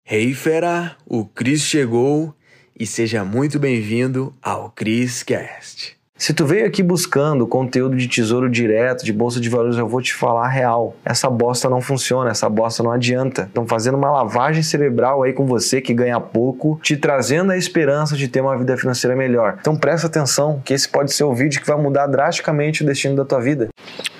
Hey fera, o Cris chegou e seja muito bem-vindo ao CrisCast. Se tu veio aqui buscando conteúdo de tesouro direto, de bolsa de valores, eu vou te falar a real. Essa bosta não funciona, essa bosta não adianta. Estão fazendo uma lavagem cerebral aí com você que ganha pouco, te trazendo a esperança de ter uma vida financeira melhor. Então presta atenção que esse pode ser o vídeo que vai mudar drasticamente o destino da tua vida.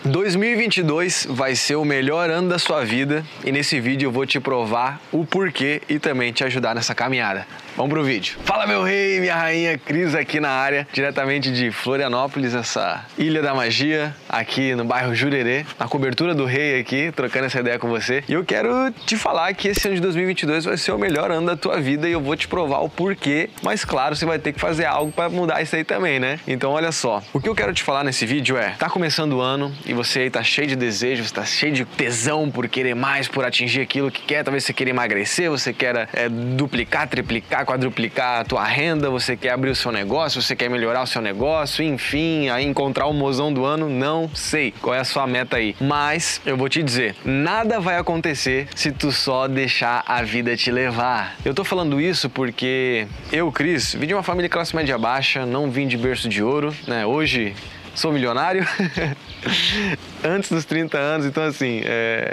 2022 vai ser o melhor ano da sua vida e nesse vídeo eu vou te provar o porquê e também te ajudar nessa caminhada. Vamos pro vídeo. Fala meu rei, minha rainha, Cris aqui na área, diretamente de Florianópolis, essa ilha da magia, aqui no bairro Jurerê, na cobertura do rei aqui, trocando essa ideia com você. E eu quero te falar que esse ano de 2022 vai ser o melhor ano da tua vida e eu vou te provar o porquê, mas claro, você vai ter que fazer algo para mudar isso aí também, né? Então olha só, o que eu quero te falar nesse vídeo é, tá começando o ano e você aí tá cheio de desejos, tá cheio de tesão por querer mais, por atingir aquilo que quer, talvez você queira emagrecer, você quer duplicar, triplicar, quadruplicar a tua renda, você quer abrir o seu negócio, você quer melhorar o seu negócio, enfim, aí encontrar o mozão do ano, não sei qual é a sua meta aí. Mas eu vou te dizer, nada vai acontecer se tu só deixar a vida te levar. Eu tô falando isso porque eu, Cris, vim de uma família de classe média baixa, não vim de berço de ouro, né? Hoje sou milionário. Antes dos 30 anos, então assim,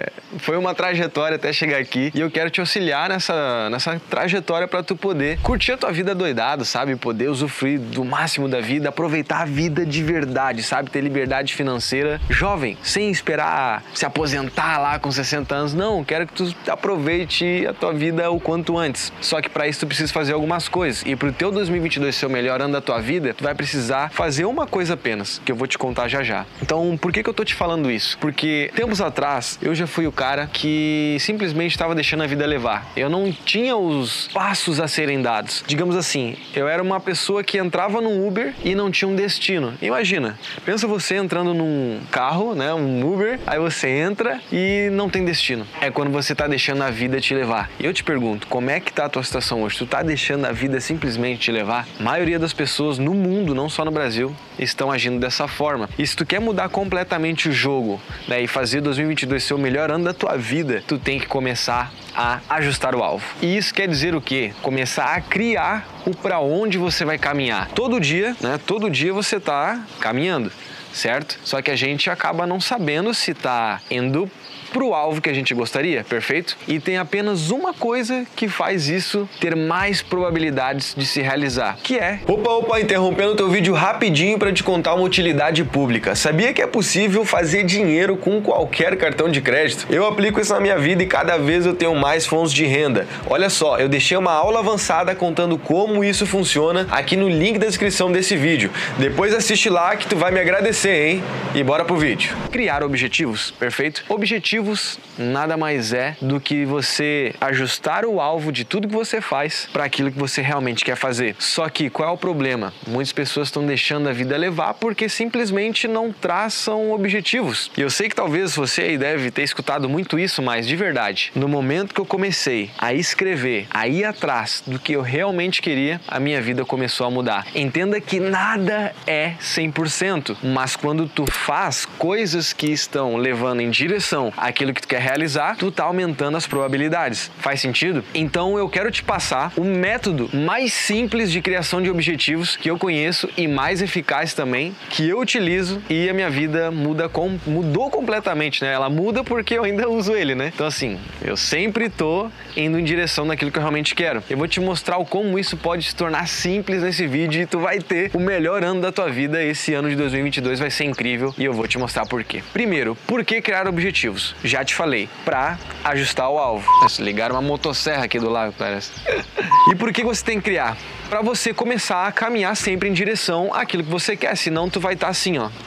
foi uma trajetória até chegar aqui e eu quero te auxiliar nessa trajetória para tu poder curtir a tua vida doidado, sabe? Poder usufruir do máximo da vida, aproveitar a vida de verdade, sabe? Ter liberdade financeira jovem, sem esperar se aposentar lá com 60 anos. Não, quero que tu aproveite a tua vida o quanto antes. Só que para isso tu precisa fazer algumas coisas e pro teu 2022 ser o melhor ano da tua vida, tu vai precisar fazer uma coisa apenas, que eu vou te contar já já. Então, por que eu tô te falando isso? Porque tempos atrás eu já fui o cara que simplesmente estava deixando a vida levar. Eu não tinha os passos a serem dados. Digamos assim, eu era uma pessoa que entrava num Uber e não tinha um destino. Imagina, pensa você entrando num carro, né, um Uber, aí você entra e não tem destino. É quando você tá deixando a vida te levar. E eu te pergunto, como é que tá a tua situação hoje? Tu tá deixando a vida simplesmente te levar? A maioria das pessoas no mundo, não só no Brasil, estão agindo dessa forma. E se tu quer mudar completamente o jogo, né, e fazer 2022 ser o melhor ano da tua vida, tu tem que começar a ajustar o alvo. E isso quer dizer o quê? Começar a criar o para onde você vai caminhar. Todo dia, né? Todo dia você tá caminhando, certo? Só que a gente acaba não sabendo se tá indo pro alvo que a gente gostaria, perfeito? E tem apenas uma coisa que faz isso ter mais probabilidades de se realizar, que é... Opa, interrompendo o teu vídeo rapidinho para te contar uma utilidade pública. Sabia que é possível fazer dinheiro com qualquer cartão de crédito? Eu aplico isso na minha vida e cada vez eu tenho mais fontes de renda. Olha só, eu deixei uma aula avançada contando como isso funciona aqui no link da descrição desse vídeo. Depois assiste lá que tu vai me agradecer, hein? E bora pro vídeo. Criar objetivos, perfeito? Objetivos nada mais é do que você ajustar o alvo de tudo que você faz para aquilo que você realmente quer fazer. Só que qual é o problema? Muitas pessoas estão deixando a vida levar porque simplesmente não traçam objetivos. E eu sei que talvez você aí deve ter escutado muito isso, mas de verdade, no momento que eu comecei a escrever, a ir atrás do que eu realmente queria, a minha vida começou a mudar. Entenda que nada é 100%, mas quando tu faz coisas que estão levando em direção aquilo que tu quer realizar, tu tá aumentando as probabilidades. Faz sentido? Então eu quero te passar o método mais simples de criação de objetivos que eu conheço e mais eficaz também, que eu utilizo e a minha vida mudou completamente, né? Ela muda porque eu ainda uso ele, né? Então assim, eu sempre tô indo em direção daquilo que eu realmente quero. Eu vou te mostrar como isso pode se tornar simples nesse vídeo e tu vai ter o melhor ano da tua vida. Esse ano de 2022 vai ser incrível e eu vou te mostrar por quê. Primeiro, por que criar objetivos? Já te falei, para ajustar o alvo. Ligaram uma motosserra aqui do lado, parece. E por que você tem que criar? Para você começar a caminhar sempre em direção àquilo que você quer, senão tu vai estar assim, ó.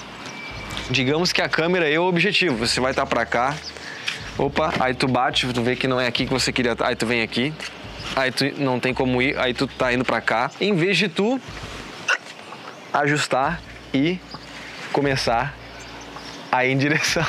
Digamos que a câmera é o objetivo, você vai estar para cá, opa, aí tu bate, tu vê que não é aqui que você queria, aí tu vem aqui, aí tu não tem como ir, aí tu tá indo para cá, em vez de tu ajustar e começar aí em direção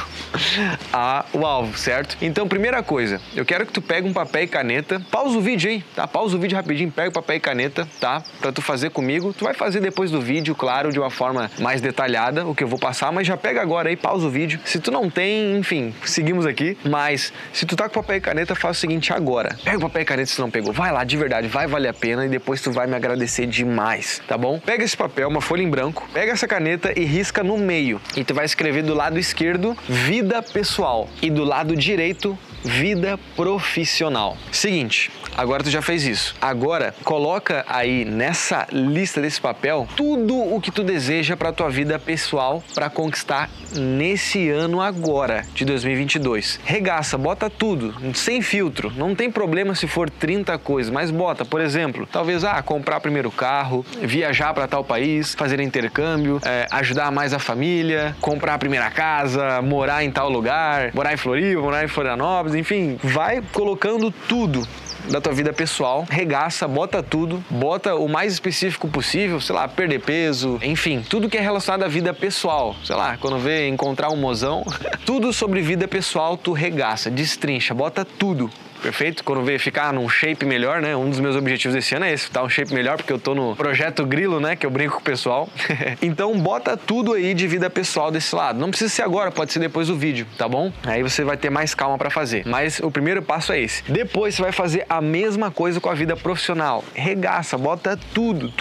ao alvo, certo? Então, primeira coisa, eu quero que tu pegue um papel e caneta, pausa o vídeo aí, tá? Pausa o vídeo rapidinho, pega o papel e caneta, tá? Pra tu fazer comigo, tu vai fazer depois do vídeo, claro, de uma forma mais detalhada, o que eu vou passar, mas já pega agora aí, pausa o vídeo. Se tu não tem, enfim, seguimos aqui, mas se tu tá com papel e caneta, faz o seguinte agora. Pega o papel e caneta se tu não pegou, vai lá, de verdade, vai valer a pena e depois tu vai me agradecer demais, tá bom? Pega esse papel, uma folha em branco, pega essa caneta e risca no meio. E tu vai escrever do lado esquerdo, vida pessoal, e do lado direito, vida profissional. Seguinte, agora tu já fez isso. Agora, coloca aí nessa lista desse papel tudo o que tu deseja para tua vida pessoal para conquistar nesse ano agora, de 2022. Regaça, bota tudo, sem filtro. Não tem problema se for 30 coisas, mas bota, por exemplo, talvez, comprar primeiro carro, viajar para tal país, fazer intercâmbio, ajudar mais a família, comprar a primeira casa, morar em tal lugar, morar em Floripa, morar em Florianópolis, enfim, vai colocando tudo da tua vida pessoal, regaça, bota tudo, bota o mais específico possível, sei lá, perder peso, enfim, tudo que é relacionado à vida pessoal, sei lá, quando vê encontrar um mozão, tudo sobre vida pessoal tu regaça, destrincha, bota tudo. Perfeito? Quando vê ficar num shape melhor, né? Um dos meus objetivos desse ano é esse, tá? Um shape melhor, porque eu tô no projeto Grilo, né? Que eu brinco com o pessoal. Então, bota tudo aí de vida pessoal desse lado. Não precisa ser agora, pode ser depois do vídeo, tá bom? Aí você vai ter mais calma pra fazer. Mas o primeiro passo é esse. Depois você vai fazer a mesma coisa com a vida profissional. Regaça, bota tudo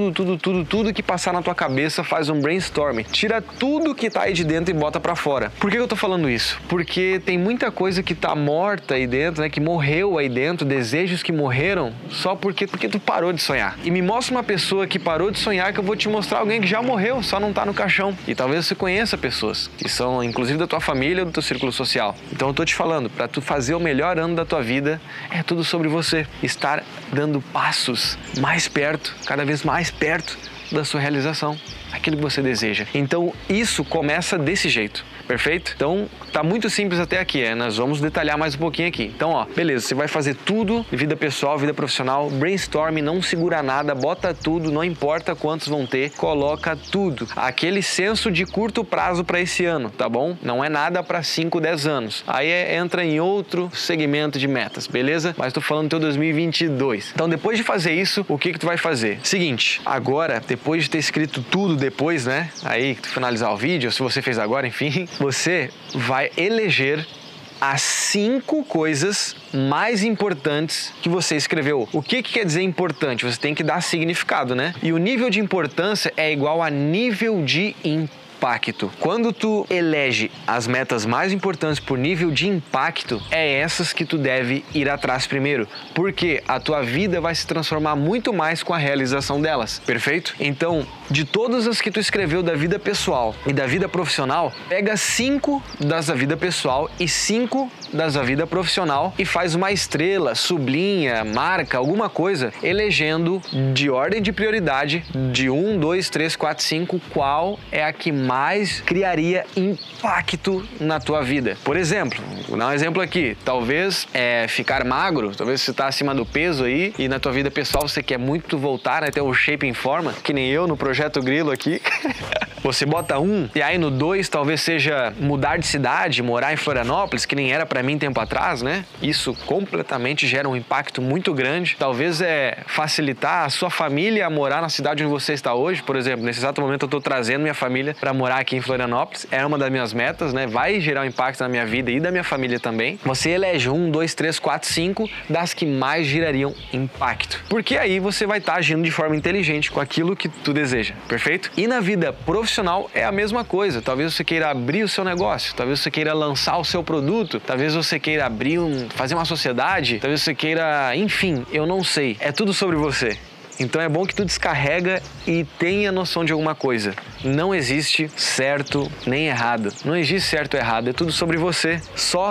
que passar na tua cabeça, faz um brainstorming. Tira tudo que tá aí de dentro e bota pra fora. Por que eu tô falando isso? Porque tem muita coisa que tá morta aí dentro, né? Que morreu aí dentro, desejos que morreram só porque tu parou de sonhar. E me mostra uma pessoa que parou de sonhar que eu vou te mostrar alguém que já morreu, só não tá no caixão. E talvez você conheça pessoas que são inclusive da tua família ou do teu círculo social. Então eu tô te falando, para tu fazer o melhor ano da tua vida, é tudo sobre você. Estar dando passos mais perto, cada vez mais perto da sua realização, aquilo que você deseja. Então isso começa desse jeito. Perfeito? Então, tá muito simples até aqui, nós vamos detalhar mais um pouquinho aqui. Então, ó, beleza, você vai fazer tudo, vida pessoal, vida profissional, brainstorm, não segura nada, bota tudo, não importa quantos vão ter, coloca tudo. Aquele senso de curto prazo para esse ano, tá bom? Não é nada para 5, 10 anos. Aí entra em outro segmento de metas, beleza? Mas tô falando do teu 2022. Então, depois de fazer isso, o que tu vai fazer? Seguinte, agora, depois de ter escrito tudo depois, né? Aí, que tu finalizar o vídeo, se você fez agora, enfim, você vai eleger as 5 coisas mais importantes que você escreveu. O que quer dizer importante? Você tem que dar significado, né? E o nível de importância é igual a nível de impacto. Quando tu elege as metas mais importantes por nível de impacto, é essas que tu deve ir atrás primeiro, porque a tua vida vai se transformar muito mais com a realização delas, perfeito? Então, de todas as que tu escreveu da vida pessoal e da vida profissional, pega 5 das da vida pessoal e 5 das da vida profissional e faz uma estrela, sublinha, marca, alguma coisa, elegendo de ordem de prioridade de 1, 2, 3, 4, 5, qual é a que mais criaria impacto na tua vida. Por exemplo, vou dar um exemplo aqui, talvez ficar magro, talvez você está acima do peso aí e na tua vida pessoal você quer muito voltar, né, ter um shape em forma, que nem eu no Projeto Grilo aqui. Você bota 1 e aí no 2 talvez seja mudar de cidade, morar em Florianópolis, que nem era pra mim tempo atrás, né? Isso completamente gera um impacto muito grande. Talvez facilitar a sua família a morar na cidade onde você está hoje. Por exemplo, nesse exato momento eu tô trazendo minha família para morar aqui em Florianópolis. É uma das minhas metas, né? Vai gerar um impacto na minha vida e da minha família também. Você elege 1, 2, 3, 4, 5 das que mais gerariam impacto. Porque aí você vai estar agindo de forma inteligente com aquilo que tu deseja, perfeito? E na vida profissional é a mesma coisa. Talvez você queira abrir o seu negócio, talvez você queira lançar o seu produto, talvez você queira fazer uma sociedade, talvez você queira, enfim, eu não sei. É tudo sobre você. Então é bom que tu descarrega e tenha noção de alguma coisa. Não existe certo nem errado. Não existe certo ou errado, é tudo sobre você. Só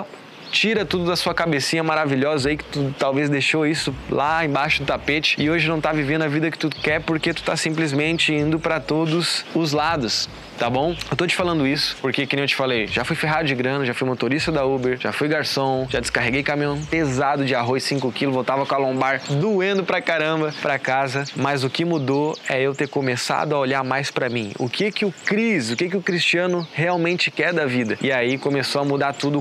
Tira tudo da sua cabecinha maravilhosa aí, que tu talvez deixou isso lá embaixo do tapete e hoje não tá vivendo a vida que tu quer porque tu tá simplesmente indo pra todos os lados. Tá bom? Eu tô te falando isso porque, que nem eu te falei, já fui ferrado de grana, já fui motorista da Uber, já fui garçom, já descarreguei caminhão pesado de arroz 5 kg, voltava com a lombar doendo pra caramba pra casa, mas o que mudou é eu ter começado a olhar mais pra mim. O que o Cris, o que o Cristiano realmente quer da vida? E aí começou a mudar tudo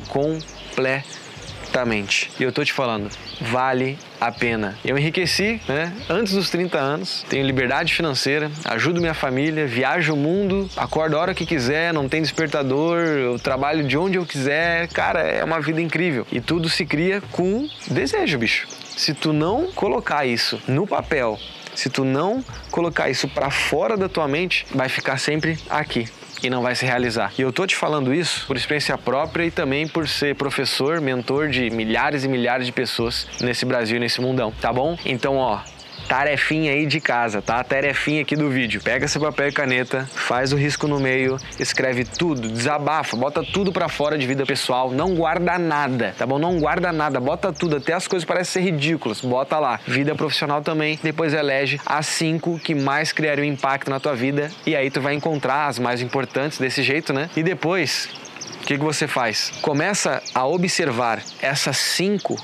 completamente. E eu tô te falando, vale a pena. Eu enriqueci, né? Antes dos 30 anos, tenho liberdade financeira, ajudo minha família, viajo o mundo, acordo a hora que quiser, não tem despertador, eu trabalho de onde eu quiser. Cara, é uma vida incrível. E tudo se cria com desejo, bicho. Se tu não colocar isso no papel, se tu não colocar isso pra fora da tua mente, vai ficar sempre aqui e não vai se realizar. E eu tô te falando isso por experiência própria e também por ser professor, mentor de milhares e milhares de pessoas nesse Brasil, nesse mundão, tá bom? Então, ó, tarefinha aí de casa, tá? Tarefinha aqui do vídeo. Pega seu papel e caneta, faz o risco no meio, escreve tudo, desabafa, bota tudo pra fora de vida pessoal, não guarda nada, tá bom? Não guarda nada, bota tudo, até as coisas parecem ser ridículas, bota lá. Vida profissional também, depois elege as 5 que mais criariam impacto na tua vida e aí tu vai encontrar as mais importantes desse jeito, né? E depois, o que você faz? Começa a observar essas 5,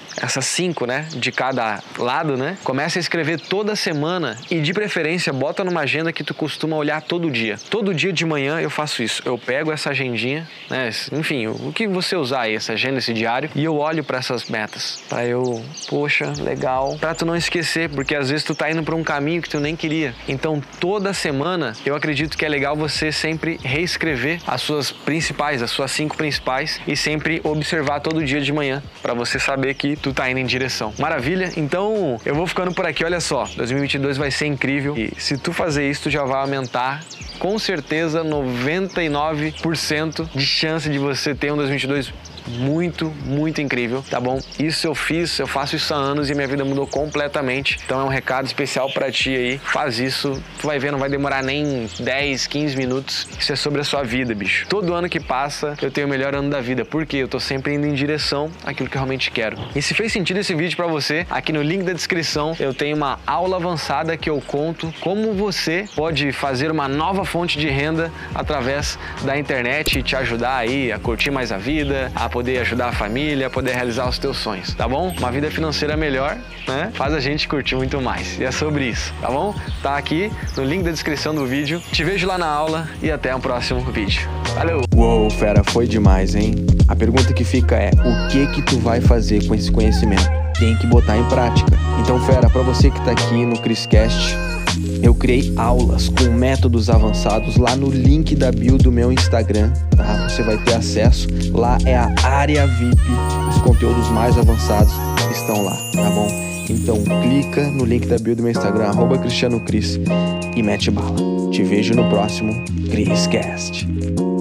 né, de cada lado, né? Começa a escrever toda semana e de preferência bota numa agenda que tu costuma olhar todo dia. Todo dia de manhã eu faço isso. Eu pego essa agendinha, né? Enfim, o que você usar aí, essa agenda, esse diário, e eu olho para essas metas. Para eu, poxa, legal. Para tu não esquecer, porque às vezes tu tá indo para um caminho que tu nem queria. Então, toda semana, eu acredito que é legal você sempre reescrever as suas principais, as suas 5 principais e sempre observar todo dia de manhã para você saber que tu tá indo em direção. Maravilha? Então, eu vou ficando por aqui. Olha só, 2022 vai ser incrível e se tu fazer isso, tu já vai aumentar com certeza 99% de chance de você ter um 2022 muito, muito incrível, tá bom? Isso eu fiz, eu faço isso há anos e minha vida mudou completamente. Então é um recado especial pra ti aí. Faz isso, tu vai ver, não vai demorar nem 10, 15 minutos. Isso é sobre a sua vida, bicho. Todo ano que passa, eu tenho o melhor ano da vida. Por quê? Eu tô sempre indo em direção àquilo que eu realmente quero. E se fez sentido esse vídeo pra você, aqui no link da descrição eu tenho uma aula avançada que eu conto como você pode fazer uma nova fonte de renda através da internet e te ajudar aí a curtir mais a vida, a poder ajudar a família, a poder realizar os teus sonhos, tá bom? Uma vida financeira melhor, né? Faz a gente curtir muito mais. E é sobre isso, tá bom? Tá aqui no link da descrição do vídeo. Te vejo lá na aula e até o próximo vídeo. Valeu! Uou, fera, foi demais, hein? A pergunta que fica é, o que tu vai fazer com esse conhecimento? Tem que botar em prática. Então, fera, pra você que tá aqui no CrisCast, eu criei aulas com métodos avançados lá no link da bio do meu Instagram, tá? Você vai ter acesso. Lá é a área VIP, os conteúdos mais avançados estão lá, tá bom? Então clica no link da bio do meu Instagram, @CristianoCris, e mete bala. Te vejo no próximo CrisCast.